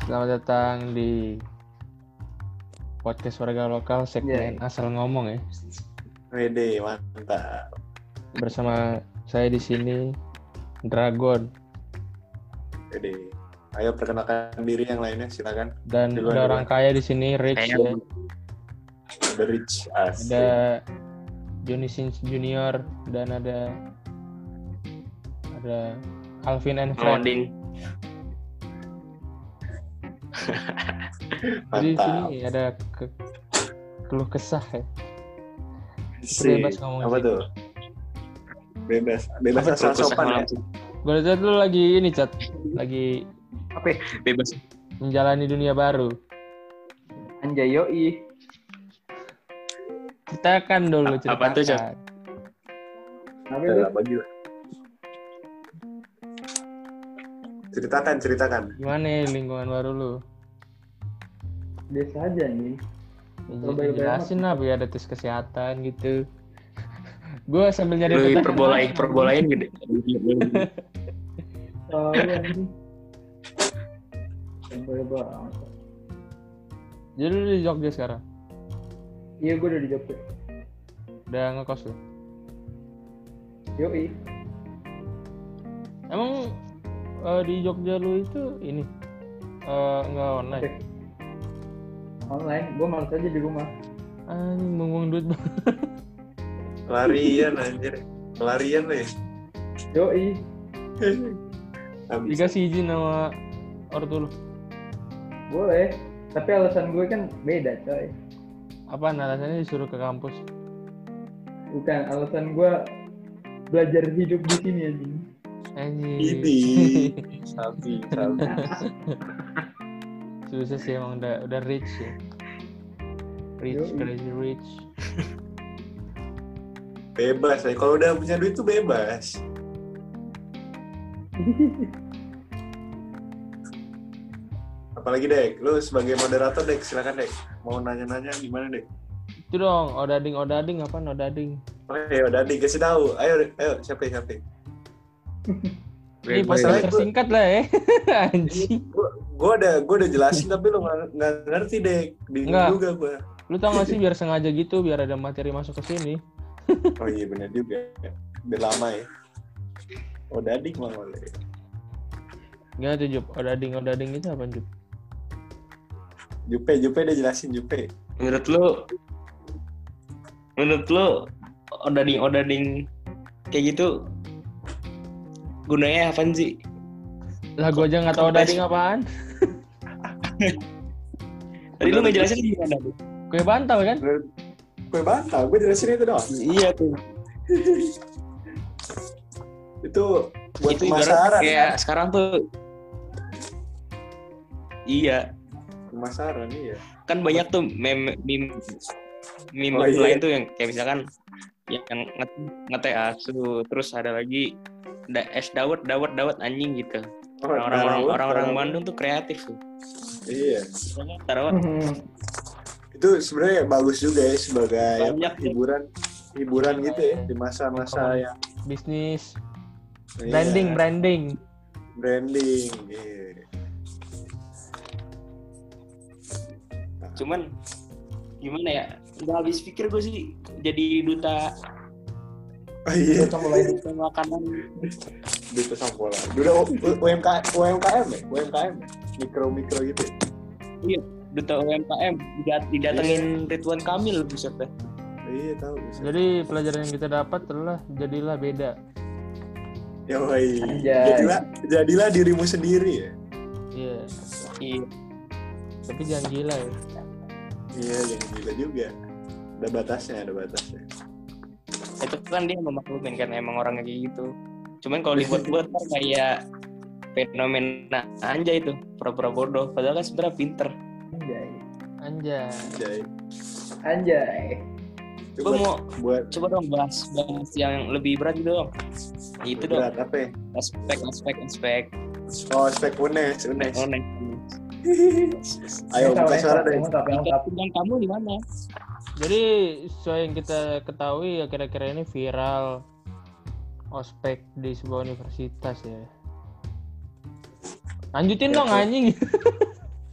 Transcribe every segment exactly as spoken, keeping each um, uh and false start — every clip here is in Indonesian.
Selamat datang di podcast warga lokal segmen Yeah. asal ngomong ya. Wede, mantap. Bersama saya di sini Dragon Wede. Ayo perkenalkan diri yang lainnya, silakan. dan Duluan, ada duluan. orang kaya di sini Rich ya. The Rich As. Ada Johnny Sins Junior dan ada ada Alvin and Friend. Ngoding. Jadi di sini Mantap. ada ke, keluh kesah ya. Si, Bebas ngomong apa sih. tuh? Bebas, bebas Apa asal tuh, sopan ya. langsung? Gue lihat lu lagi ini chat, lagi Apa ya? Bebas. menjalani dunia baru. Anjay yoi. Ceritakan dulu, ceritakan. Apa tuh, Chat? Apa Ya, itu? bagi lah. Ceritakan, ceritakan. Gimana ya lingkungan baru lu? Biasa aja nih. Ya, Lebay-lebay jelasin lah biar ada tes kesehatan gitu. Gue sambil nyari Lu pertanyaan. hiperbolain, hiperbolain gede. Oh iya nih. Lebay banget. Jadi lu di Jogja sekarang? Iya gue udah di Jogja. Udah ngekos lu? Yoi. Emang eh, di Jogja lu itu ini eh, nggak online? Oke. Online. Gue males aja di rumah. Anjing buang duit banget. Larian anjir. Pelarian lah ya. Yoi. Habis. Dikasih izin sama ortu lu. Boleh. Tapi alasan gue kan beda coy. Apaan alasannya disuruh ke kampus? Bukan alasan gue belajar hidup di sini anjing. Anjing. Ini. Sabi, sabi. Susah sih emang udah udah rich ya. Rich, Yoi. crazy rich. Bebas ya. Kalau udah punya duit tuh bebas. Apalagi Dek, lu sebagai moderator Dek, silakan Dek. Mau nanya-nanya gimana Dek? Itu dong, odading odading apa odading? Oke, udah Dek, kasih tahu. Ayo, ayo, siapa siapa? Ini Bebas. podcast Masalahnya gua- tersingkat lah ya. Anjing. Gue gue udah gue udah jelasin tapi lu nggak nggak ngerti Dek. Bingung Nggak. juga gue. Lu tau gak sih biar sengaja gitu biar ada materi masuk ke sini. Oh iya benar juga. Udah lama ya. Oh dadik mah boleh. Gimana tuh Jup? Odading odading itu apa Jup? Jupe, Jupe udah jelasin Jupe. Menurut lu, menurut lu odading odading kayak gitu gunanya apa sih? Lah gua aja nggak tahu odading apaan. Tadi lu ngejelasin gimana tuh? Kue bantal kan? Gue bantah, gue jelasin itu doang. Iya tuh. Itu buat Itu ibarat pemasaran. kayak Kan? sekarang tuh. Iya, Pemasaran iya. kan banyak tuh meme meme meme Oh, iya. lain tuh yang kayak misalkan yang nge- nge-T asu, terus ada lagi da, es dawet dawet dawet anjing gitu. Oh, Orang-orang Darawat, orang-orang Darawat. Bandung tuh kreatif tuh. Iya. Misalnya taruh Itu sebenarnya bagus juga ya sebagai Banyak apa, tuh. hiburan hiburan gitu ya di masa-masa yang Bisnis, iya, branding, branding. branding. Iya. cuman gimana ya? Nggak habis pikir gue sih jadi duta Oh iya. Terus mulai duta makanan. Duta Sampola. Duta U M K U M K M ya? U M K M ya? Mikro-mikro gitu ya? Iya, duta U M K M didat- didatengin Ridwan Kamil buset dah. Iya tahu. bisa. Jadi pelajaran yang kita dapat adalah jadilah beda. Ya woi. Anjay. Jadilah jadilah dirimu sendiri ya. Iya. Iya. Tapi jangan gila ya. Iya, jangan gila juga. Ada batasnya, ada batasnya. Itu kan dia memaklumin kan emang orangnya kayak gitu. Cuman kalau dibuat-buat kan kayak fenomena anjay itu, pura-pura bodoh. Padahal kan sebenarnya pinter. Anjay. Anjay. Jadi, Anjay. Gue mau buat coba dong bahas bahas yang lebih berat gitu dong. Itu dong. berat apa ya? Aspek aspek aspek. Oh, spek UNES, UNES. Oh, nih. Ayo buka suara deh. Lengkap, lengkap. Tinggal kamu di mana? Jadi sesuai yang kita ketahui ya kira-kira ini viral ospek di sebuah universitas ya. Lanjutin dong Oke. anjing.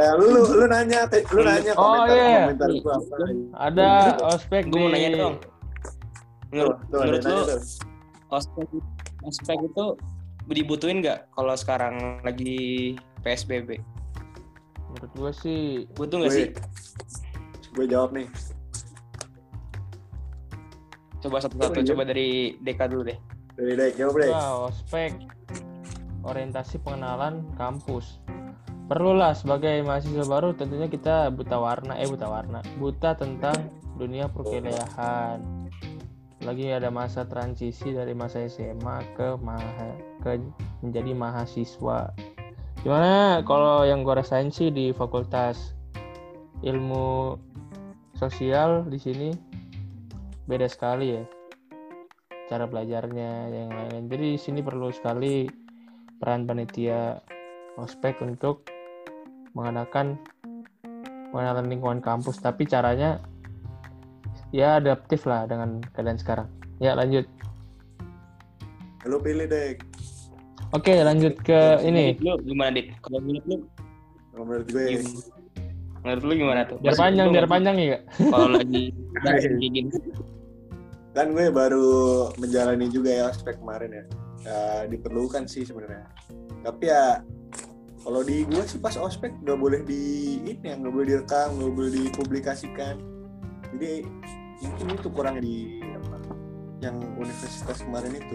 Eh, lu, lu lu nanya, lu nanya Oh, komentar iya. komentar gua apa? Ada ospek Gue di mau nanya dong. Menurut, Tuh, ada menurut nanya lu tuh. ospek ospek itu dibutuhin nggak kalau sekarang lagi P S B B? menurut gue sih Butuh nggak sih? Gue jawab nih. Coba satu-satu. Oh, iya. Coba dari Deka dulu deh. Dari Dek, jawab Dek. wah, ospek orientasi pengenalan kampus. Perlulah sebagai mahasiswa baru tentunya kita buta warna eh buta warna, buta tentang dunia perkuliahan. Lagi ada masa transisi dari masa S M A ke maha, ke menjadi mahasiswa. Gimana kalau yang gue rasain sih di fakultas ilmu sosial di sini beda sekali ya cara belajarnya yang lain. Jadi di sini perlu sekali peran panitia ospek untuk mengadakan pengenalan lingkungan kampus, tapi caranya ya adaptif lah dengan keadaan sekarang. Ya lanjut. Lu pilih Dek. Oke lanjut ke ini. Menurut lu gimana, Dit? Kalau menurut lu, Kalau menurut gue gimana? Menurut lu gimana tuh? Biar Masih panjang, perlu biar nggak sih panjang ya. kalau lagi kayak gini? kan gue baru menjalani juga ya ospek kemarin ya. Ya diperlukan sih sebenarnya. Tapi ya kalau di gue sih pas ospek nggak boleh di ini ya, nggak boleh direkam, nggak boleh dipublikasikan. Jadi mungkin itu kurang di apa, yang universitas kemarin itu.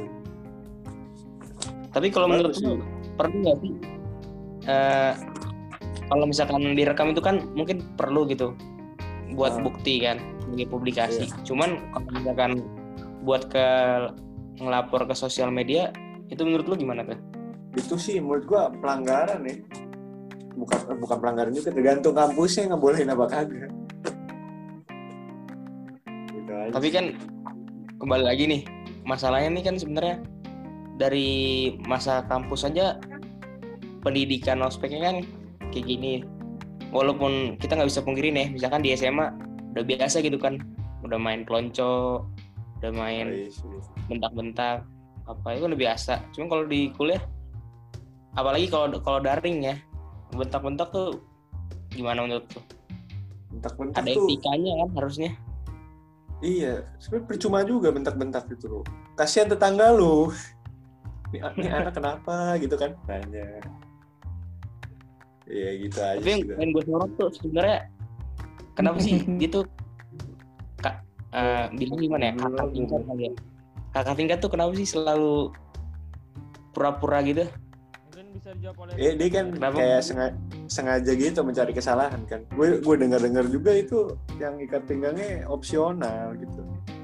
Tapi kalau menurut Bagus lu perlu nggak sih? Eh, kalau misalkan direkam itu kan mungkin perlu gitu buat Ah. bukti kan, sebagai publikasi. Cuman kalau misalkan buat ke ngelapor ke sosial media, itu menurut lu gimana tuh? Itu sih menurut gue pelanggaran ya. Bukan bukan pelanggaran juga, tergantung kampusnya ngebolehin apa kagak. Gitu aja. Tapi kan kembali lagi nih, masalahnya nih kan sebenarnya dari masa kampus aja pendidikan ospeknya kan kayak gini. Walaupun kita nggak bisa pungkiri nih, misalkan di S M A udah biasa gitu kan, udah main pelonco, udah main bentak-bentak, apa itu kan udah biasa. Cuma kalau di kuliah, apalagi kalau kalau daring ya, bentak-bentak tuh gimana menurut tuh? Bentak-bentak Ada tuh. etikanya kan harusnya. Iya, sebenarnya percuma juga bentak-bentak gitu loh. Kasihan tetangga lu. Ini, ini anak kenapa gitu kan? Tanya. Iya gitu aja. Tapi yang sih. pengen gue sorot tuh sebenarnya kenapa sih gitu kak uh, bilang gimana ya, kakak tingkat kali ya, kakak tingkat tuh kenapa sih selalu pura-pura gitu? Mungkin bisa dijawab oleh Eh dia kan Kenapa? kayak sengaja, sengaja gitu mencari kesalahan kan. Gue gue dengar-dengar juga itu yang ikat pinggangnya opsional gitu.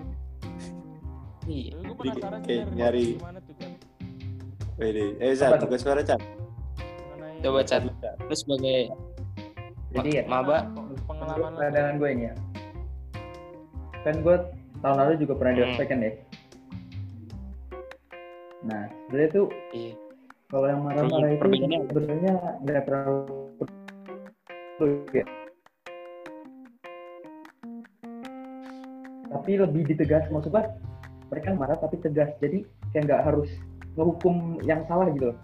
Iya. Gue Jadi penasaran sih kayak dari nyari. gimana tuh kan. Wede, eh Chan, tugas suara Chan. Mengenai Coba Chan, lu sebagai Jadi ya, maba, pengalaman lu. pandangan gue ini ya. Kan gue tahun lalu juga pernah di Hmm. ospek kan ya. Nah, sebenarnya tuh iya. kalau yang marah-marah itu Perbedaannya apa? sebenarnya nggak terlalu perlu ya. Tapi lebih ditegas, maksudnya mereka marah tapi tegas. Jadi kayak nggak harus ngehukum yang salah gitu loh.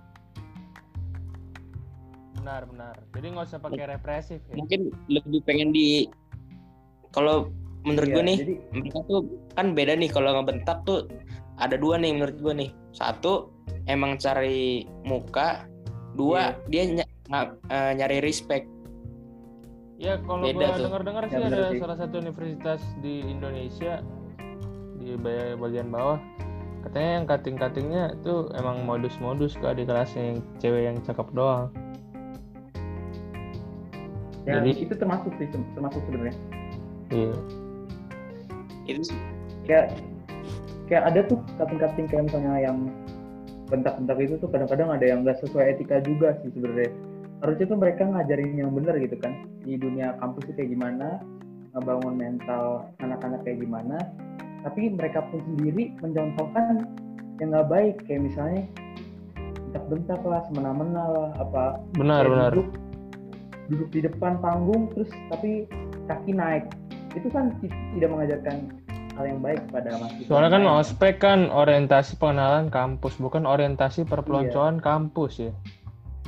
Benar, benar. Jadi nggak usah pakai represif ya. Mungkin lebih pengen di, kalau menurut Iya, gue nih, jadi mereka tuh kan beda nih. Kalau ngebentak tuh ada dua nih menurut gue nih. Satu emang cari muka, dua dia ny- ng- uh, nyari respect. Ya kalau Beda gua tuh. dengar-dengar Ya, sih benar ada sih. salah satu universitas di Indonesia di ba- bagian bawah katanya yang cutting-cuttingnya itu emang modus-modus ke adik kelasnya yang cewek yang cakep doang. ya, Jadi- itu termasuk sih, termasuk sebenarnya. Iya. Itu sih. Kayak kayak ada tuh cutting-cutting kayak misalnya yang bentak-bentak itu tuh kadang-kadang ada yang nggak sesuai etika juga sih sebenarnya. Harusnya tuh mereka ngajarin yang benar gitu kan, di dunia kampus itu kayak gimana, ngebangun mental anak-anak kayak gimana, tapi mereka pun sendiri mencontohkan yang nggak baik, kayak misalnya bentak-bentak lah, semena-mena lah, apa Benar, kayak benar. duduk, duduk di depan panggung terus tapi kaki naik, itu kan t- tidak mengajarkan hal yang baik pada mahasiswa. Soalnya kan yang lain. ospek kan orientasi pengenalan kampus, bukan orientasi perpeloncoan kampus ya.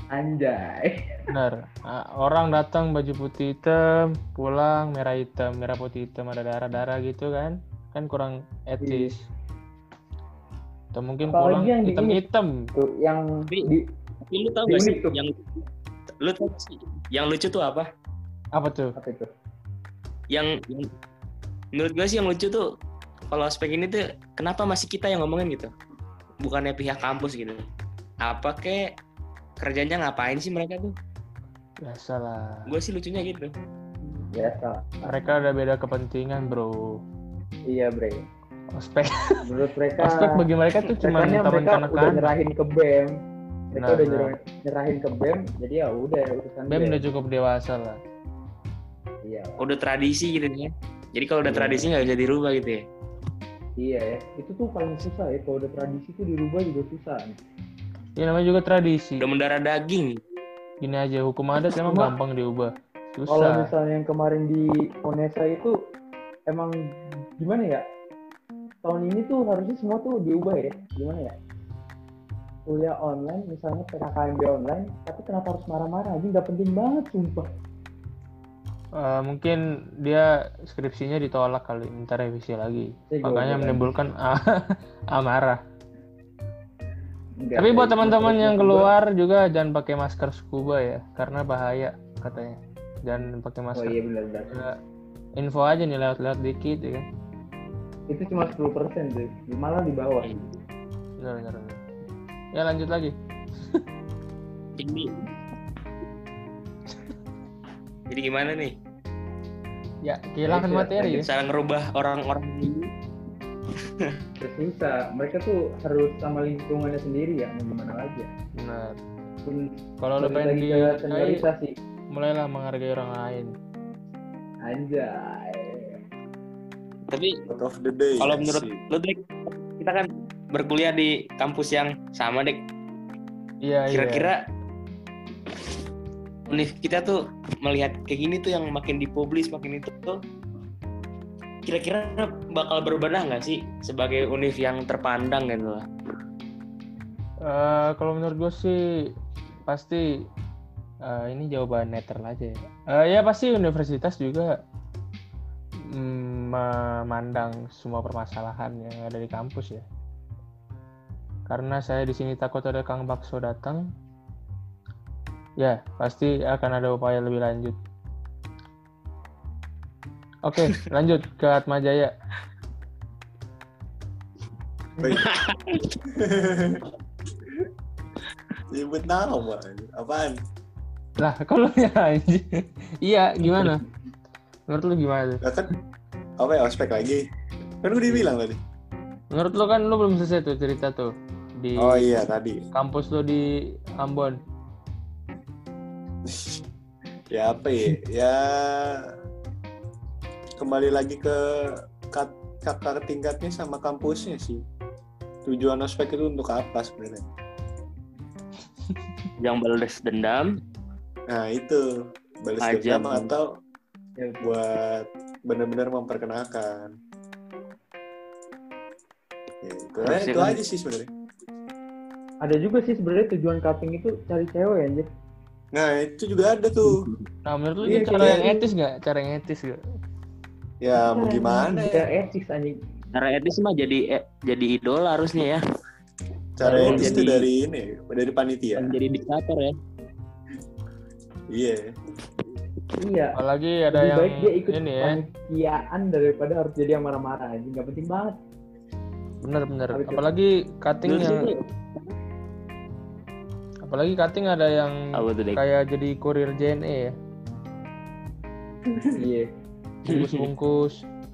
Anjay. Benar. Ah, orang datang baju putih hitam, pulang merah hitam, merah putih hitam, ada darah-darah gitu kan. Kan kurang etis. Atau mungkin Apalagi pulang yang di hitam-hitam. Tuh yang Tapi- di Tapi lu tau Di gak sih unik tuh. yang lu tau gak sih yang lucu tuh apa? Apa tuh? apa itu? Yang, yang menurut gue sih yang lucu tuh kalau ospek ini tuh kenapa masih kita yang ngomongin gitu? Bukannya pihak kampus gitu. Apa kek kerjanya ngapain sih mereka tuh? Biasalah. Gue sih lucunya gitu. Biasa. Mereka udah beda kepentingan, bro. Iya, Bre. Ospek. Menurut mereka Ospek bagi mereka tuh cuma mereka taman mereka udah kanak-kanak. nyerahin ke B E M. Mereka Nah, udah nah. nyerahin, nyerahin ke B E M, jadi ya udah urusan B E M udah cukup dewasa lah. Iya. Udah tradisi gitu ya. Jadi kalau udah Iya. tradisi nggak bisa dirubah gitu ya. Iya ya. Itu tuh paling susah ya, kalau udah tradisi tuh dirubah juga susah. Ya namanya juga tradisi. Udah mendarah daging. Gini aja, hukum adat emang Cuma- gampang diubah. Kalau Susah. misalnya yang kemarin di Onesa itu emang gimana ya? Tahun ini tuh harusnya semua tuh diubah ya. Gimana ya? Kuliah online misalnya P K K M B online, tapi kenapa harus marah-marah? Aja nggak penting banget sumpah. Eh, mungkin dia skripsinya ditolak kali, minta revisi lagi. Ya, Makanya jawaban. menimbulkan amarah. Nggak, Tapi buat kayak teman-teman gitu. yang keluar juga jangan pakai masker scuba ya, karena bahaya katanya. Jangan pakai Oh masker. iya benar-benar. Ya, info aja nih lewat-lewat dikit ya kan. Itu cuma sepuluh persen tuh, malah di bawah. Benar, benar, benar. Ya lanjut lagi. Jadi Jadi gimana nih? Ya kehilangan Ya, materi ya. Cara ngerubah orang-orang ini? Susah. Mereka tuh harus sama lingkungannya sendiri ya, mau gimana aja. Benar. Pun Kalau lu balik pengen lagi ke dihargai, senioritas sih. mulailah menghargai orang lain. Anjay. Tapi Out of the day. kalau ya menurut sih. lu Dek, kita kan berkuliah di kampus yang sama Dek. Iya, iya. Kira-kira univ kita tuh melihat kayak gini tuh yang makin dipublis makin itu tuh kira-kira bakal berbenah nggak sih sebagai univ yang terpandang gitu lah. Eh, kalau menurut gue sih pasti eh, ini jawaban netral aja ya. Eh, ya pasti universitas juga mm, memandang semua permasalahan yang ada di kampus ya. Karena saya di sini takut ada Kang Bakso datang, ya pasti akan ada upaya lebih lanjut. Oke, lanjut ke Atma Jaya. Baik. Nyebut nama apaan? Lah, kalau ya anjing. Iya, gimana? Menurut lu gimana tuh? Lah kan apa ya ospek lagi? Kan gue dibilang tadi. Menurut lu kan lu belum selesai tuh cerita tuh di Oh iya tadi. kampus lu di Ambon. Ya apa ya? Ya kembali lagi ke kat- kakak tingkatnya sama kampusnya sih. Tujuan ospek itu untuk apa sebenarnya? Yang balas dendam, Nah itu balas Ajang. dendam atau Ya, buat benar-benar memperkenalkan. Ya, itu, Harusnya itu kan- aja sih sebenarnya. ada juga sih sebenarnya tujuan cutting itu cari cewek anjir. Nah itu juga ada tuh. Nah, menurut lu Iya, ini cara kayak- yang etis nggak? Cara yang etis nggak? Ya mau gimana Ya ya? etis anjing. cara etis mah jadi eh, jadi idola harusnya ya, Cara Kalau etis jadi- itu dari ini, dari panitia. jadi diktator ya. Iya. Iya. Apalagi ada Lebih yang baik dia ikut ini ya. panitiaan daripada harus jadi yang marah-marah anjing. Gak penting banget. Bener-bener. Apa itu? Apalagi cutting Dulu yang sih, apalagi cutting ada yang apa tuh Dek? kayak jadi kurir J N E ya. Iya. Bungkus-bungkus.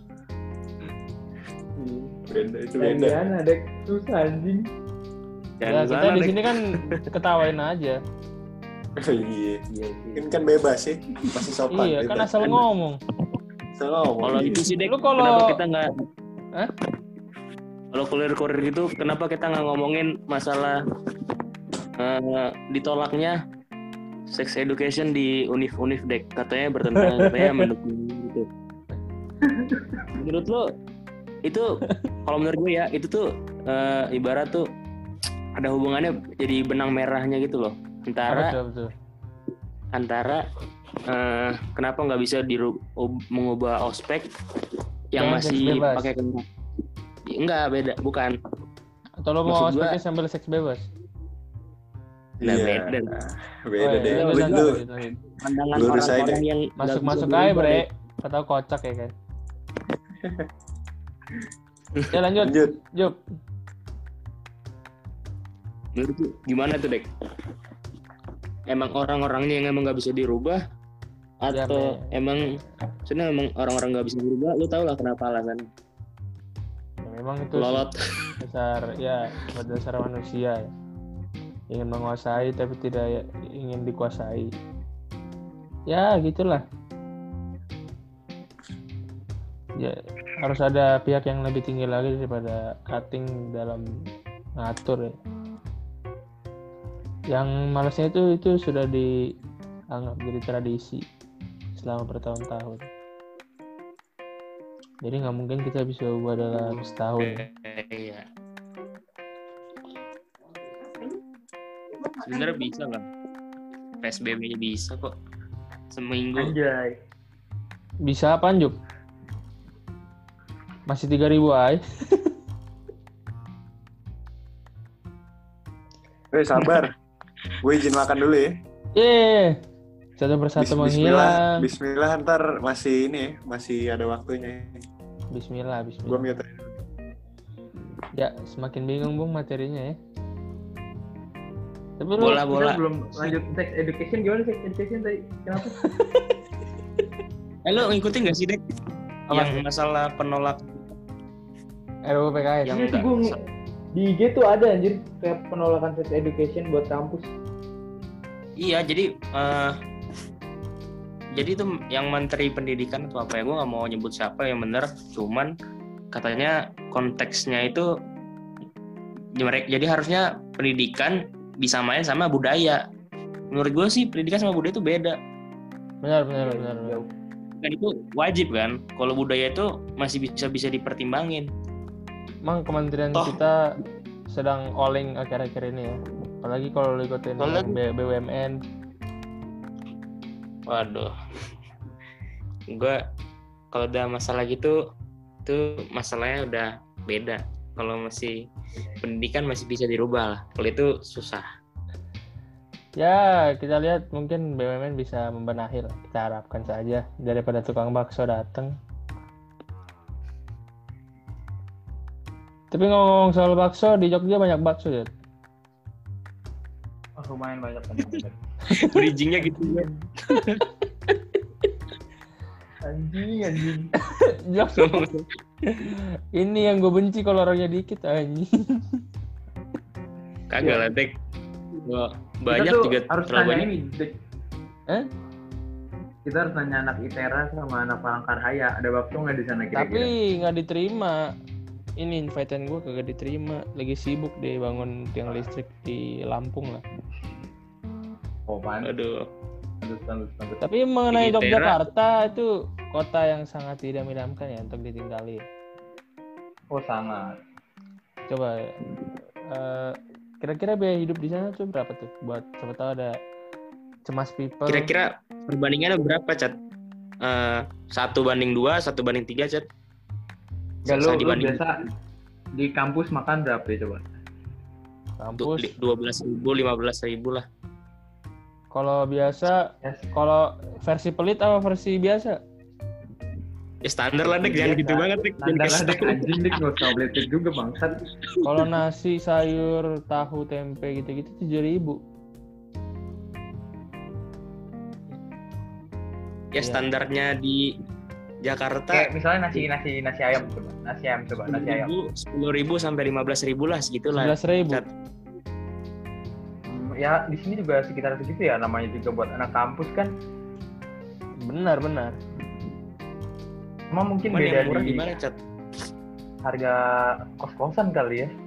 Beda itu Dan beda. Diana dek susah anjing. Ya, Jangan kita sana, di Dek. sini kan ketawain aja. Iya. Iya sih. Ini kan bebas sih, masih sopan. Iya, kan bebas. asal ngomong. Asal ngomong. Kalau itu sih Dek, Lu kalau- kenapa kita nggak? Hah? Kalau kurir-kurir gitu, kenapa kita nggak ngomongin masalah eh, ditolaknya sex education di univ-univ Dek? Katanya bertentangan, katanya mendukung gitu. Menurut lo itu, kalau menurut gue ya, itu tuh eh, ibarat tuh ada hubungannya jadi benang merahnya gitu loh. antara betul betul. antara eh, kenapa nggak bisa diru- mengubah ospek yang Dengan seks masih bebas. pakai kentang? Enggak, beda, bukan. Atau lo mau Maksud gua- ospeknya sambil seks bebas? Nah, Iya. beda. Beda Oh, iya. deh. Lanjut, Lu, lanjut, lu lanjut, lanjut. Pandangan Lurus aja orang-orang deh. yang nggak Masuk bisa masuk berubah aja deh. bre. Atau kocak ya kan. Ya lanjut. lanjut. Jup. Menurut lu gimana tuh, Dek? Emang orang-orangnya yang emang nggak bisa dirubah Ya, atau men. emang sebenarnya emang orang-orang nggak bisa dirubah? Lu tau lah kenapa alasan Ya, memang itu lolot. dasar ya dasar manusia ya. Ingin menguasai tapi tidak ya- ingin dikuasai. Ya gitulah. Ya harus ada pihak yang lebih tinggi lagi daripada cutting dalam ngatur ya. Yang malasnya itu itu sudah dianggap jadi tradisi selama bertahun-tahun. Jadi nggak mungkin kita bisa ubah dalam setahun. Iya. Sebenarnya bisa kan? P S B B-nya bisa kok. Seminggu. Anjay. Bisa apaan, Jup? Masih tiga ribu aja. Weh, sabar. Gue izin makan dulu ya. Yeay. Satu persatu Bis- menghilang. Bismillah, ntar masih ini ya, masih ada waktunya. Bismillah, Gue bismillah. mute. Ya, semakin bingung Bung materinya ya. Tapi lu Bola Kita bola. belum lanjut sex education, gimana sex education tadi? Kenapa? Eh, lu ngikutin nggak sih, Dek? Apa? Yang masalah penolak R U U P K S. yang Iya sih enggak. gue di I G tuh ada anjir kayak penolakan sex education buat kampus. Iya, jadi eh, jadi itu yang Menteri Pendidikan atau apa ya, gue nggak mau nyebut siapa yang bener, cuman katanya konteksnya itu jadi harusnya pendidikan disamain sama budaya. Menurut gue sih pendidikan sama budaya itu beda. Benar, benar, benar. benar. Kan itu wajib kan. Kalau budaya itu masih bisa bisa dipertimbangin. Emang kementerian Toh. kita sedang oleng akhir-akhir ini ya. Apalagi kalau lu ikutin Soalnya- B- BUMN. Waduh. Gue kalau udah masalah gitu tuh masalahnya udah beda. Kalau masih pendidikan masih bisa dirubah lah. Kalau itu susah. Ya, kita lihat mungkin B U M N bisa membenahi lah. Kita harapkan saja daripada tukang bakso datang. Tapi ngomong soal bakso, di Jogja banyak bakso ya. Oh, lumayan banyak kan. Bridgingnya gitu ya. Anjing, anjing. Jogja. Ini yang gue benci kalau orangnya dikit anjing. Kagak lah, Dek. Wah, banyak Kita tuh juga harus terlalu nanya banyak. ini, Dek. Eh? Kita harus nanya anak ITERA sama anak Palangkaraya, ada bakso nggak di sana Tapi kira-kira? nggak diterima. Ini invitean gue kagak diterima. Lagi sibuk deh bangun tiang listrik di Lampung lah. Oh, man. Aduh. Lanjut, lanjut, lanjut. Tapi mengenai Di Itera. Yogyakarta itu kota yang sangat tidak menyenangkan ya untuk ditinggali. Oh, sangat. Coba eh, kira-kira biaya hidup di sana tuh berapa tuh? Buat siapa tahu ada cemas people. Kira-kira perbandingannya berapa, Cat? Eh, satu banding dua, satu banding tiga, Cat? Gak Susah lu, lu dibanding. biasa di kampus makan berapa ya coba? kampus. dua belas ribu, lima belas ribu lah. Kalau biasa, Yes. kalau versi pelit apa versi biasa? Ya standar lah, Dek. Jangan Biasa. gitu banget, Dek. Jangan Nandang kasih ada tahu. anjing dik nggak usah beletik juga bangsat. Kalau nasi, sayur, tahu, tempe gitu-gitu tujuh ribu. Ya standarnya di Jakarta Kayak misalnya nasi nasi nasi ayam coba, nasi ayam coba, nasi ayam. sepuluh ribu sampai lima belas ribu lah, segitulah. Sebelas ribu. Cat. Hmm, ya di sini juga sekitar segitu ya, namanya juga buat anak kampus kan. Benar, benar. Cuma mungkin Cuman beda yang murah di gimana, Cat? harga kos-kosan kali ya.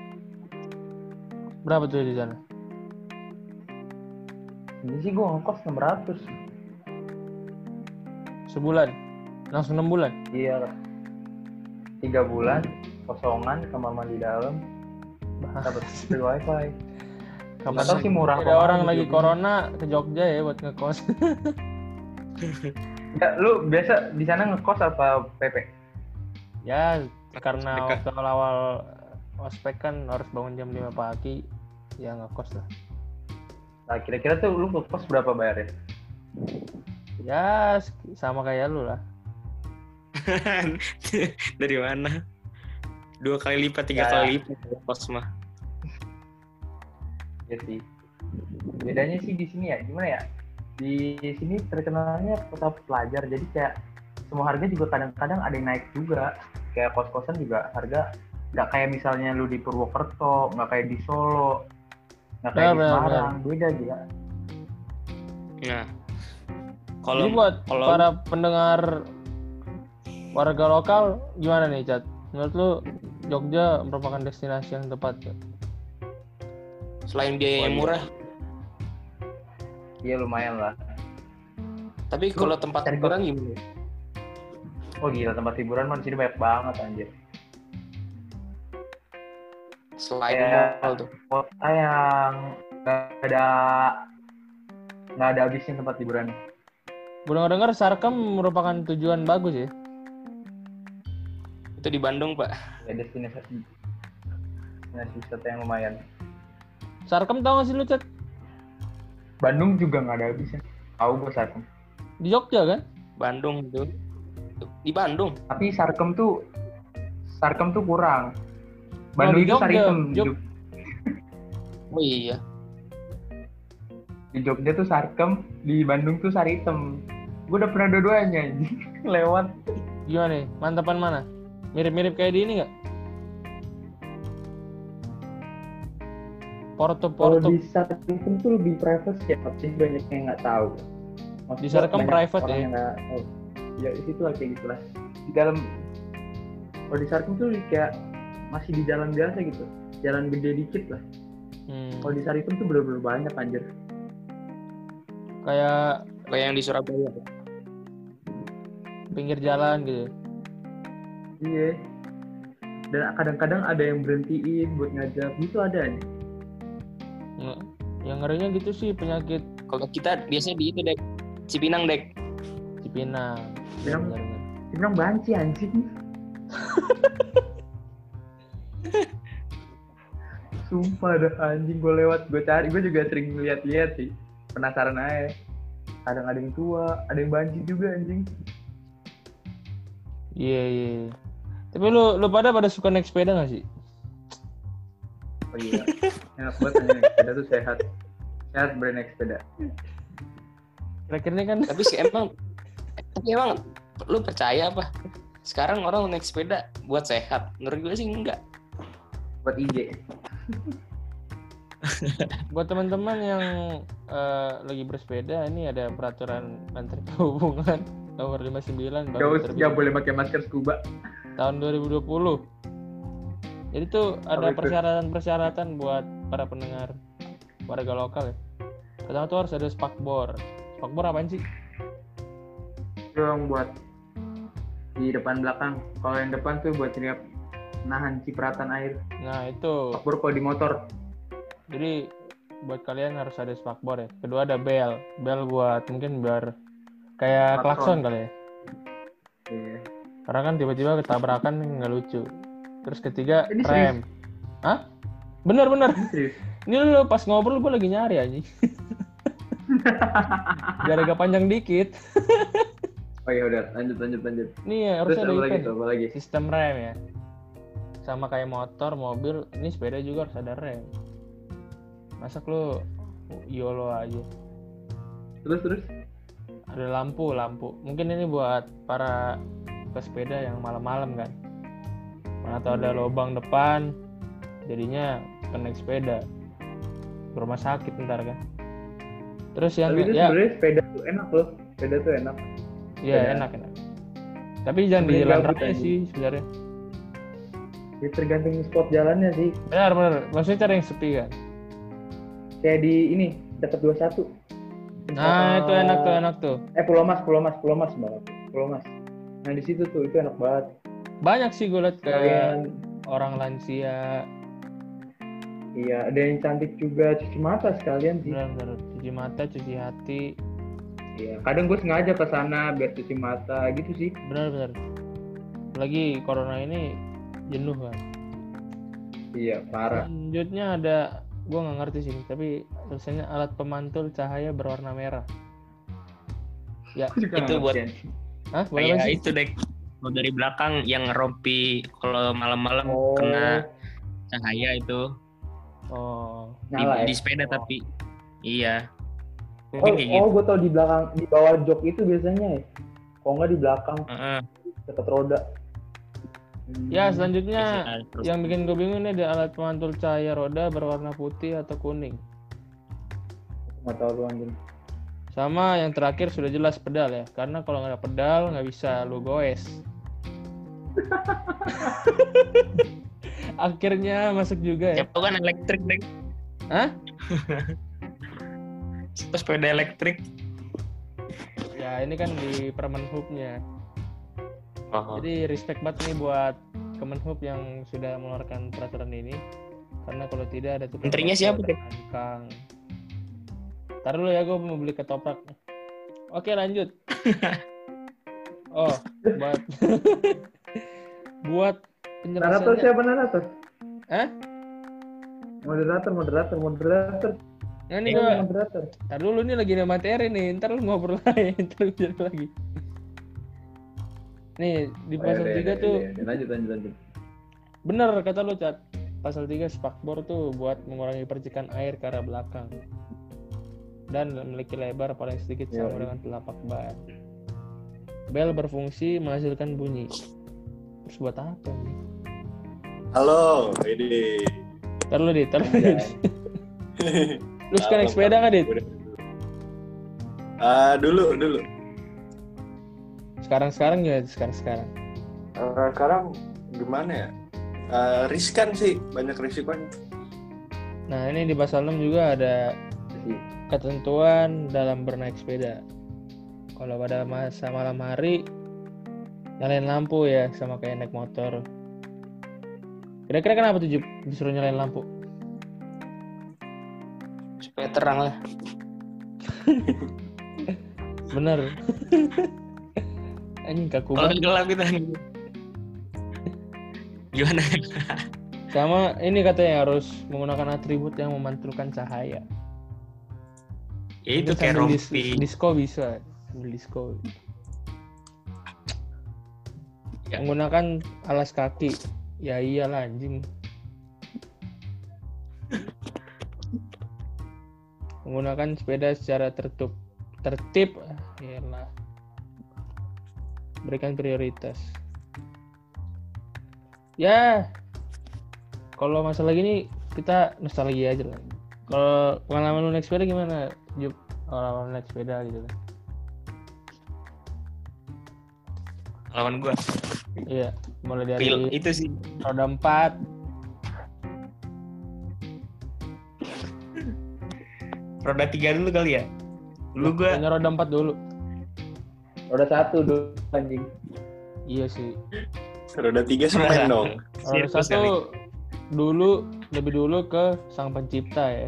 Berapa tuh di sana? Ini sih gua ngekos enam ratus. Sebulan. Langsung enam bulan. Iya. Tiga bulan kosongan, kamar mandi dalam, dapat free wifi. Kapan Nggak tahu sih murah ada apa orang mahal lagi di corona ke Jogja ya buat ngekos. Ya, lu biasa di sana ngekos apa P P? Ya karena Ospek, waktu awal ospek kan harus bangun jam lima pagi, ya ngekos lah. Nah, kira-kira tuh lu ngekos berapa bayarnya? Ya sama kayak lu lah. Dari mana? Dua kali lipat, tiga Ya. kali lipat kos mah. Ya sih. Bedanya sih di sini ya, gimana ya? Di sini terkenalnya kota pelajar, jadi kayak semua harga juga kadang-kadang ada yang naik juga. Kayak kos-kosan juga harga nggak kayak misalnya lu di Purwokerto, nggak kayak di Solo, nggak kayak Benar, di benar, Semarang, beda juga. Nah, Jadi kalau buat kalau para pendengar warga lokal gimana nih, Cat? Menurut lu Jogja merupakan destinasi yang tepat ya? selain biaya yang Oh, iya. murah, Iya lumayan lah. tapi kalau tempat cari hiburan gimana? Oh gila, tempat hiburan mah di sini banyak banget anjir. Selain Kayak- mall tuh. Kota yang nggak ada nggak ada habisnya tempat hiburan. Gue dengar Sarkem merupakan tujuan bagus ya. Itu di Bandung, Pak. Ya destinasi destinasi wisata yang lumayan. Sarkem tau gak sih lu, Cat? Bandung juga nggak ada habisnya. Tahu gue Sarkem. Di Jogja kan? Bandung tuh. Di Bandung. Tapi Sarkem tuh Sarkem tuh kurang. Oh, Bandung di itu Jogja. Saritem. Jog- Oh iya. Di Jogja tuh Sarkem, di Bandung tuh Saritem. Gue udah pernah dua-duanya anjing. Lewat. Gimana nih? Mantapan mana? Mirip-mirip kayak di ini nggak? Porto Kalau Porto di Saritem tuh lebih private ya, tapi banyak yang nggak tahu. Maksud Di gua Sarkem banyak private orang ya? yang nggak tahu. Ya di situ lah kayak gitulah. Di dalam kalau di Sarkem tuh kayak masih di jalan biasa gitu, jalan gede dikit lah. Hmm, Kalau di Saritem tuh bener-bener banyak anjir. kayak Kayak yang di Surabaya. pinggir jalan gitu. Iya. Dan kadang-kadang ada yang berhentiin buat ngajak, gitu ada nih. Nggak. Yang ngerinya gitu sih penyakit Kalau kita biasanya di itu, Dek. Cipinang, Dek. Cipinang. Yang- Benar-benar. Dia bilang banci anjing. Sumpah dah anjing, gue lewat, gue cari, gue juga sering lihat-lihat sih. Penasaran aja. Kadang ada yang tua, ada yang banci juga anjing. Iya, iya. iya. Tapi lu lu pada pada suka naik sepeda nggak sih? Oh iya, enak banget naik sepeda tuh sehat. Sehat berani naik sepeda. Kira-kira ini kan Tapi sih emang tapi emang lu percaya apa? Sekarang orang naik sepeda buat sehat. Menurut gue sih enggak. Buat I G. buat teman-teman yang eh, lagi bersepeda, ini ada peraturan Menteri Perhubungan nomor lima puluh sembilan Gak, baru us- terbit gak boleh pakai masker scuba. tahun dua ribu dua puluh. Jadi tuh ada Apa itu? persyaratan-persyaratan buat para pendengar warga lokal ya. Pertama tuh harus ada spakbor. Spakbor apaan sih? Itu yang buat di depan belakang. Kalau yang depan tuh buat teriak nahan cipratan air. Nah itu. Spakbor kalau di motor. Jadi buat kalian harus ada spakbor ya. Kedua ada bel. Bel buat mungkin biar kayak Patron. klakson kali ya. Iya. Karena kan tiba-tiba ketabrakan nggak lucu. Terus ketiga Ini rem. Hah? Bener-bener. Serius. Ini lu pas ngobrol gue lagi nyari anjing. Biar agak panjang dikit. Oh iya udah, lanjut lanjut lanjut. Ini ya, Terus harusnya ada apa lagi event. tuh? Apa lagi? Sistem rem ya. Sama kayak motor, mobil, ini sepeda juga harus ada rem. Masa lu YOLO aja. Terus terus. Ada lampu, lampu. Mungkin ini buat para pesepeda yang malam-malam kan. Mana tahu ada lubang depan, jadinya kena sepeda. Ke rumah sakit ntar kan. Terus yang Tapi itu ya, sebenarnya sepeda tuh enak loh. Sepeda tuh enak. ya sepeda. enak enak. Tapi jangan di Sebenarnya jalan gabut raya aja. sih sebenarnya. Ya, tergantung spot jalannya sih. Benar benar. Maksudnya cari yang sepi kan. Kayak di ini dekat dua puluh satu. Nah itu enak tuh enak tuh. Eh Pulau Mas, Pulau Mas, Pulau Mas banget. Pulau Mas. Nah di situ tuh itu enak banget. Banyak sih gue liat kayak Kalian orang lansia Iya, ada yang cantik juga, cuci mata sekalian sih. Benar-benar cuci mata, cuci hati. Iya, kadang gue sengaja ke sana biar cuci mata gitu sih. Benar-benar. Lagi corona ini jenuh kan. Iya, parah. Selanjutnya ada, gue nggak ngerti sih, tapi tulisannya alat pemantul cahaya berwarna merah. Ya, Itu buat hah? Boleh kayak sih? itu deh. Kalau dari belakang yang ngerompi kalau malam-malam Oh. kena cahaya itu Oh, di, Nyala di ya? sepeda tapi iya. Oh, Mungkin kayak oh gitu. gue tau di belakang, di bawah jok itu biasanya ya. Kalau nggak di belakang, Heeh. dekat roda. Hmm. ya selanjutnya Terus yang bikin gue bingung ini ada alat pemantul cahaya roda berwarna putih atau kuning. Nggak tahu lu anjing. Sama yang terakhir sudah jelas pedal ya, karena kalau nggak ada pedal nggak bisa lu goes. Akhirnya masuk juga ya. siapa kan elektrik deh. Hah? Sepeda elektrik. Ya ini kan di Permenhub-nya. Oh. Jadi respect banget nih buat Kemenhub yang sudah mengeluarkan peraturan ini. Karena kalau tidak ada tukang Menterinya bakso siapa, dan angkang. Ntar dulu ya, gue mau beli ketoprak. Oke lanjut. Oh, buat buat Narator penjelasannya. siapa narator? Hah? Moderator, moderator, moderator. Nah, ini Eh, gue, moderator. ntar dulu nih lagi ada materi nih. Ntar lu ngobrol aja, ntar lu bicara lagi. Nih di Oh, pasal iya, tiga iya, tuh iya, iya. Lanjut, lanjut, lanjut. bener kata lu, Cat. Pasal tiga spakbor tuh buat mengurangi percikan air ke arah belakang dan memiliki lebar paling sedikit sama Iya. dengan telapak ban. Bel berfungsi menghasilkan bunyi. Terus buat apa nih? Halo, ini. Ntar lu dit, ntar lu dit. Anjay. Lu suka naik sepeda nggak dit? Ah, dulu, dulu. Sekarang-sekarang juga sekarang-sekarang. Uh, sekarang gimana ya? Uh, riskan sih, banyak risikonya. Nah ini di pasal enam juga ada Sih. ketentuan dalam bernaik sepeda. Kalau pada masa malam hari nyalain lampu ya, sama kayak naik motor. Kira-kira kenapa tuh Jup disuruh nyalain lampu? Supaya terang lah. Bener. Anjing kaku Kalau banget. gelap kita gimana? Sama ini katanya harus menggunakan atribut yang memantulkan cahaya. Ya itu Mungkin kayak sambil dis- rompi. disco bisa, sambil disco. Ya. Menggunakan alas kaki. Ya iyalah anjing. Menggunakan sepeda secara tertib, tertib, ah, iyalah. Berikan prioritas. Ya, kalau masalah gini kita nostalgia aja lah. Kalau pengalaman lu naik sepeda gimana, Jup? Pengalaman naik sepeda gitu kan? Lawan gua. Iya, mulai dari Pil itu sih. roda empat. Roda tiga dulu kali ya. Dulu gua Punya roda empat dulu. Roda satu dulu anjing. Iya sih. Roda tiga semen dong. Roda Sirkus kali. satu dulu lebih dulu ke sang pencipta ya.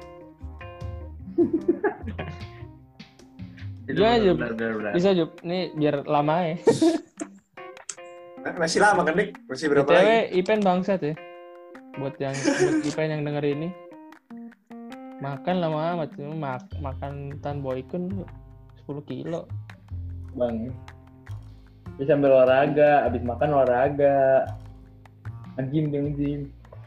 Gimana Jup? Benar, benar, benar. Bisa Jup? Nih biar lama ya. Nah, masih lama kan, Dik? Masih berapa B T W lagi? Ipen bangsat ya. Buat yang buat Ipen yang denger ini. Makan lama amat. Mak makan tan boykun sepuluh kilo. Bang. Bisa sambil olahraga, abis makan olahraga. Anjing, anjing.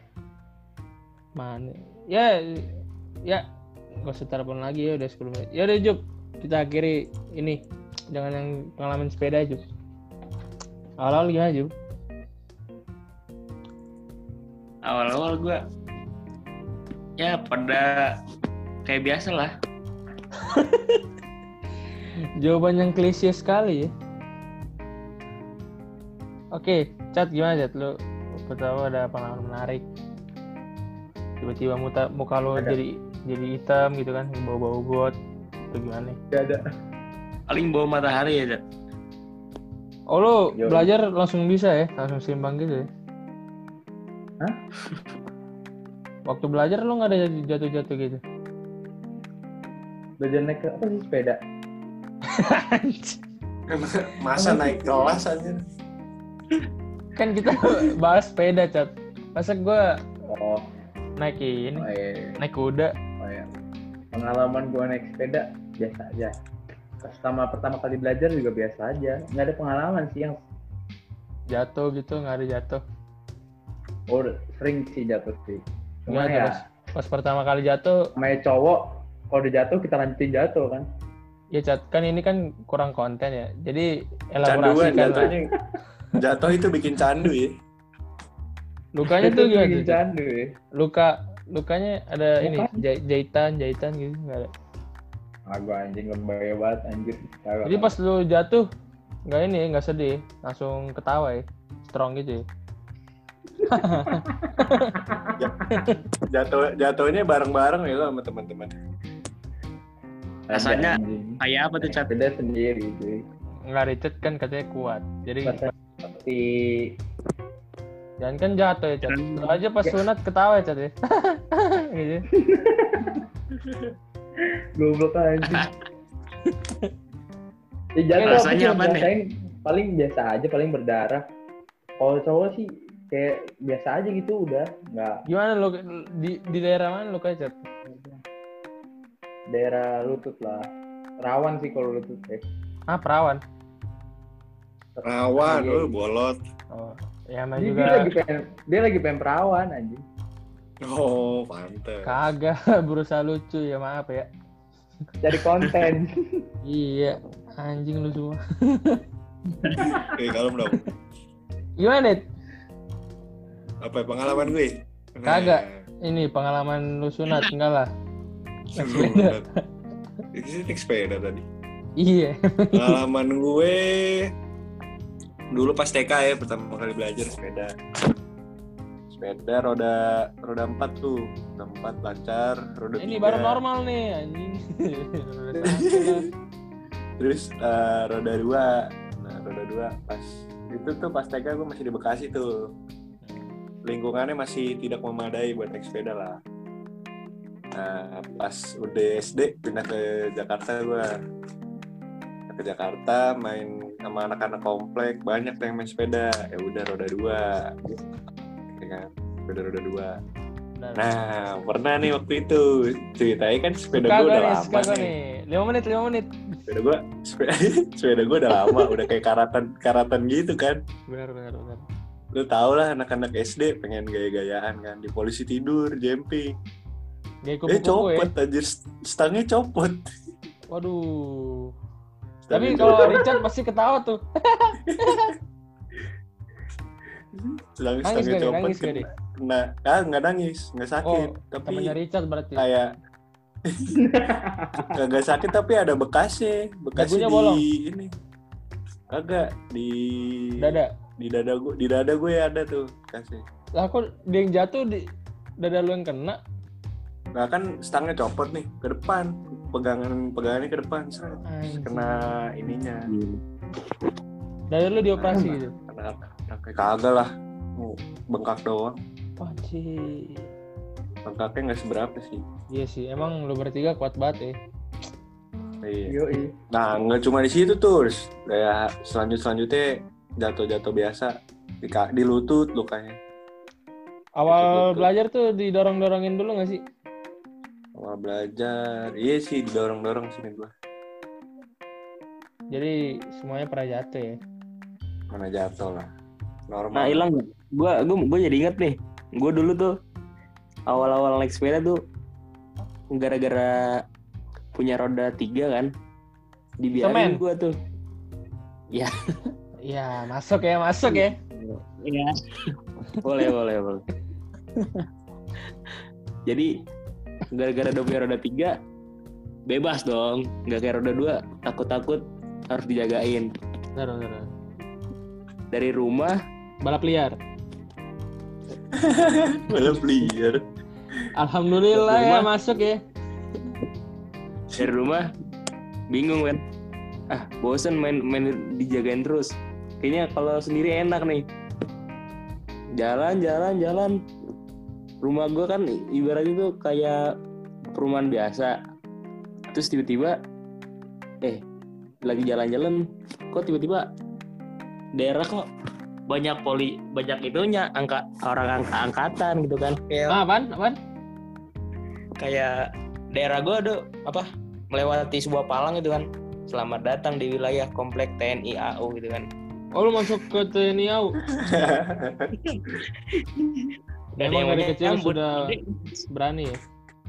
Mana? Ya ya gak usah telepon lagi ya, udah sepuluh menit. Ya udah Jup, kita akhiri ini. Jangan yang pengalaman sepeda Jup. Awal-awal gimana Jup? awal-awal gua ya pada kayak biasa lah. Jawaban yang klise sekali ya. Oke, Cat gimana Cat? Lu pertama ada pengalaman menarik. Tiba-tiba muka, muka lu Ada. jadi jadi hitam gitu kan, bau-bau got. Itu gimana? Gak ada. Paling bawa matahari ya, Jat. Oh lu Yo. belajar langsung bisa ya? Langsung seimbang gitu ya? Hah? Waktu belajar lu nggak ada jatuh-jatuh gitu? Belajar naik ke apa sih sepeda? Masa naik kelas aja. Kan kita bahas sepeda, Cat. Masa gue Oh, naik ini, oh iya. naik kuda. Oh ya. Pengalaman gue naik sepeda biasa aja. Pertama pertama kali belajar juga biasa aja. Nggak ada pengalaman sih yang Jatuh gitu, nggak ada jatuh. oh sering sih jatuh sih. Cuma Nggak, ya terus pas pertama kali jatuh, namanya cowok kalau udah jatuh kita lanjutin jatuh kan. ya Cat, kan ini kan kurang konten ya. Jadi Canduan elaborasikan lah. jatuhnya. Jatuh itu bikin candu ya. Lukanya tuh gimana bikin tuh, Cat? candu ya. Luka, lukanya ada ini Luka? jah- jahitan, jahitan gitu nggak ada. Ah, gua anjing lebay banget anjir. Kagak. Jadi pas lu jatuh nggak ini, nggak sedih, langsung ketawa ya, strong gitu ya. Jatuh jatuhnya bareng-bareng ya lo sama teman-teman. Rasanya Anjing. kayak apa tuh, Cat? Beda sendiri cuy. Nggak Richard kan katanya kuat, jadi Rasa seperti jangan kan jatuh ya Cat. Lu aja pas sunat ketawa ya Cat ya. Gitu. goblok anjing. Ya jatuh Rasanya aku cuma apa nih? ngerasain paling biasa aja, paling berdarah. Kalau cowok sih kayak biasa aja gitu udah, nggak Gimana lu di di daerah mana lu kayak Cat? daerah lutut lah. Rawan sih kalau lutut eh. Ah, perawan. Rawan, Iya. oh bolot. Oh, ya emang Dia, juga dia lagi pengen dia lagi pengen perawan anjing. Oh, pantes. kagak berusaha lucu ya, maaf ya. Cari konten. Iya, anjing lu semua. Oke, kalem dong. Gimana, Dit? Apa pengalaman gue? Kagak. Ini pengalaman lu sunat enggak lah. Naik sepeda. Ini naik sepeda tadi. Iya. Pengalaman gue dulu pas T K ya, pertama kali belajar sepeda. Sepeda roda roda empat tuh, roda empat lancar, roda Ini tiga. baru normal nih, anjing. Udah satu lah. Terus eh, roda dua, nah roda dua pas itu tuh pas T K gue masih di Bekasi tuh, lingkungannya masih tidak memadai buat naik sepeda lah. Nah pas udah S D pindah ke Jakarta gue, ke Jakarta main sama anak-anak komplek, banyak yang main sepeda, ya udah roda dua, ya kan, sepeda roda dua. Benar. Nah pernah nih waktu itu ceritanya kan sepeda Suka gue gua udah nih, lama suka gua nih. nih. lima menit, lima menit. Sepeda gue sepeda, sepeda gue udah lama, udah kayak karatan karatan gitu kan. Benar, benar, benar. Lu tau lah anak-anak S D pengen gaya-gayaan kan, di polisi tidur, jumping. Gaya Eh kupu-kupu ya. copot anjir, stangnya copot. Waduh. Stangnya Tapi kalau copot. Richard pasti ketawa tuh. Stang, Nangis stangnya gak nih? copot Nangis gak kena, nih? kena, ah nggak nangis, nggak sakit, Oh, tapi temannya Richard berarti. kayak kagak sakit tapi ada bekasnya, bekasnya Dagunya di bolong? ini, kagak di Dada. di dada gue, di dada gue ada tuh bekasnya. Lah kok dia yang jatuh di dada lu yang kena? Nah kan stangnya copot nih ke depan, pegangan pegangannya ke depan, seret. Anjing. Kena ininya, Dada lu dioperasi gitu. kena kena kagak lah, oh, bengkak doang, Anjing. bengkaknya nggak seberapa sih. Iya sih, emang lu bertiga kuat banget ya. Iya. Yoi. Nah nggak cuma di situ tuh, kayak selanjut selanjutnya jatuh-jatuh biasa di, ka- di lutut lukanya. Awal Betul-betul. belajar tuh didorong-dorongin dulu gak sih? Awal belajar, iya sih didorong-dorong sini gua. Jadi semuanya pernah jatuh ya. Mana jatuh lah, normal. Nah, hilang. Gua gua gua jadi inget nih. Gua dulu tuh awal-awal naik sepeda tuh gara-gara punya roda tiga kan. Semen. Dibiarin gua tuh. Ya. Iya, masuk ya, masuk ya. Iya. boleh, boleh, boleh. Jadi gara-gara udah punya roda tiga bebas dong, nggak kayak roda dua takut-takut harus dijagain. Benar, benar. Dari rumah Balap liar. Balap liar. Alhamdulillah ya, Rumah. masuk ya. dari rumah bingung kan, ah bosen main main dijagain terus. Kayaknya kalau sendiri enak nih. Jalan, jalan, jalan. rumah gue kan ibaratnya tuh kayak perumahan biasa. Terus tiba-tiba eh lagi jalan-jalan kok tiba-tiba daerah kok banyak poli banyak itunya angka orang angka angkatan gitu kan. Kayak Ah, apaan? Apaan? kayak daerah gue ada apa melewati sebuah palang gitu kan. Selamat datang di wilayah komplek T N I A U gitu kan. Oh, lu masuk ke T N I A U. Dan Memang yang dari punya kecil nyambut. sudah berani ya.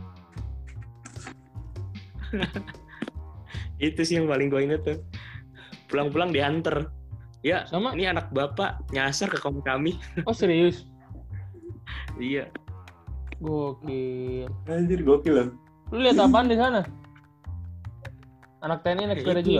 Itu sih yang paling gue inget tuh. Pulang-pulang diantar. Ya, Sama? ini anak bapak nyasar ke kaum kami. Oh, serius? Iya. Gokil. Anjir gokil loh. Lu lihat apaan di sana? Anak T N I naik sepeda Itu. juga?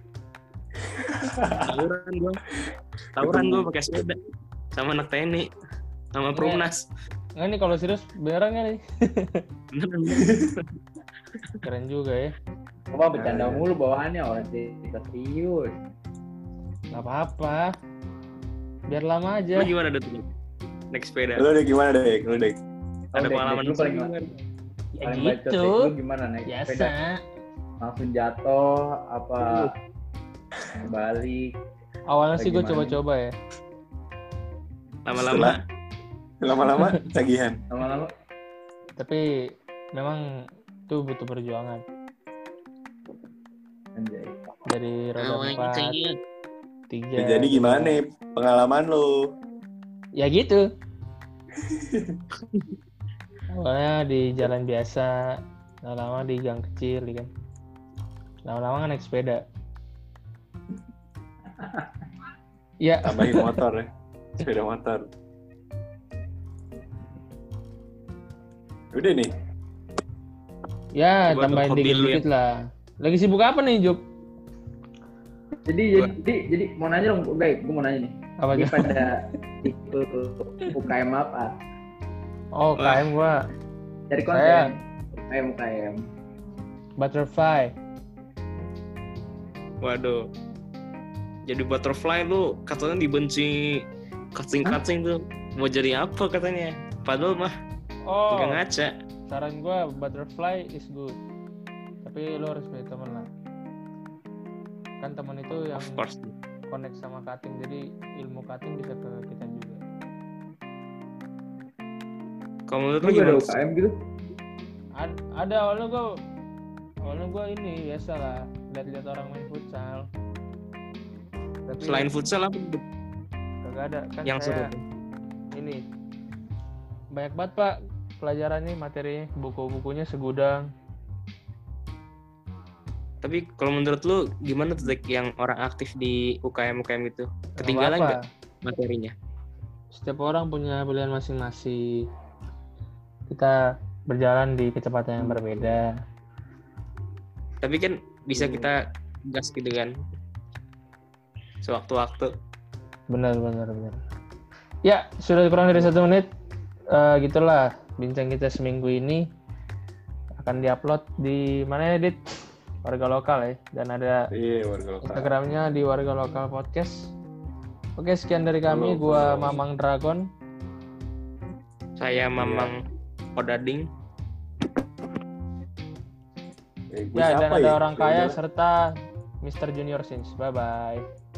Tawuran gue. Tawuran gue pakai sepeda sama anak T N I sama Perumnas. Nggak nih kalau serius beneran nggak nih? Beneran. Keren juga ya. Coba bercanda mulu bawaannya orang cerita serius. Nggak apa-apa. Biar lama Lu aja. gimana tuh? Naik sepeda. Lu deh gimana deh? Lu deh. Ada Dek, pengalaman Dek, lu paling, gimana? Ya paling bacot gitu. Dek, lu gimana naik Biasa. sepeda? Langsung jatuh apa balik? Awalnya sih gue Gimana? coba-coba ya. Lama-lama Lama-lama tagihan. Lama-lama Tapi memang itu butuh perjuangan. anjay. Dari roda awalnya empat, kayaknya tiga. Ya, jadi gimana nih pengalaman lu? Ya gitu. Awalnya di jalan biasa, lama-lama di gang kecil, kan. Lama-lama kan naik sepeda. Ya, Tambahin motor ya. Sepeda motor. Udah nih. ya Coba tambahin hobi lu dikit-dikit lah. Lagi sibuk apa nih, Jup? Jadi Gua- jadi jadi mau nanya dong, guys, gue mau nanya nih. Apa Ini aja? pada itu U K M apa? Oh, K M gua Dari Saya- konten U K M U K M. butterfly. waduh. Jadi butterfly lu katanya dibenci kancing-kancing tuh. Mau jadi apa katanya? Padahal mah Oh, enggak ngaca. saran gua butterfly is good. Tapi lo harus punya teman lah. Kan teman itu yang Of course. connect sama cutting, jadi ilmu cutting bisa ke kita juga. Kalau menurut lu Lu gak ada gimana? U K M gitu? Ad- ada awalnya gua awalnya gua ini biasa lah, lihat-lihat orang main futsal. Tapi Selain futsal apa kagak ada kan yang seru? saya ini banyak banget Pak pelajarannya, materinya, buku-bukunya segudang. Tapi kalau menurut lu gimana tuh Dek, yang orang aktif di U K M U K M itu? Ketinggalan Nggak nggak materinya? Setiap orang punya pilihan masing-masing. Kita berjalan di kecepatan yang berbeda. Tapi kan bisa kita gas gitu kan. Sewaktu-waktu. Benar, benar, benar. Ya, sudah kurang dari satu menit. Eh, gitulah bincang kita seminggu ini akan diupload di mana ya, Dit? Warga lokal ya. Dan ada Iya, warga lokal. Instagramnya di Warga Lokal Podcast. Oke, sekian dari kami. Follow, Gua follow. Mamang Dragon. Saya Mamang Odading. Eh, gua Ya, dan siapa ada ya? orang Ya kaya udah. serta mister Junior Sins. Bye bye.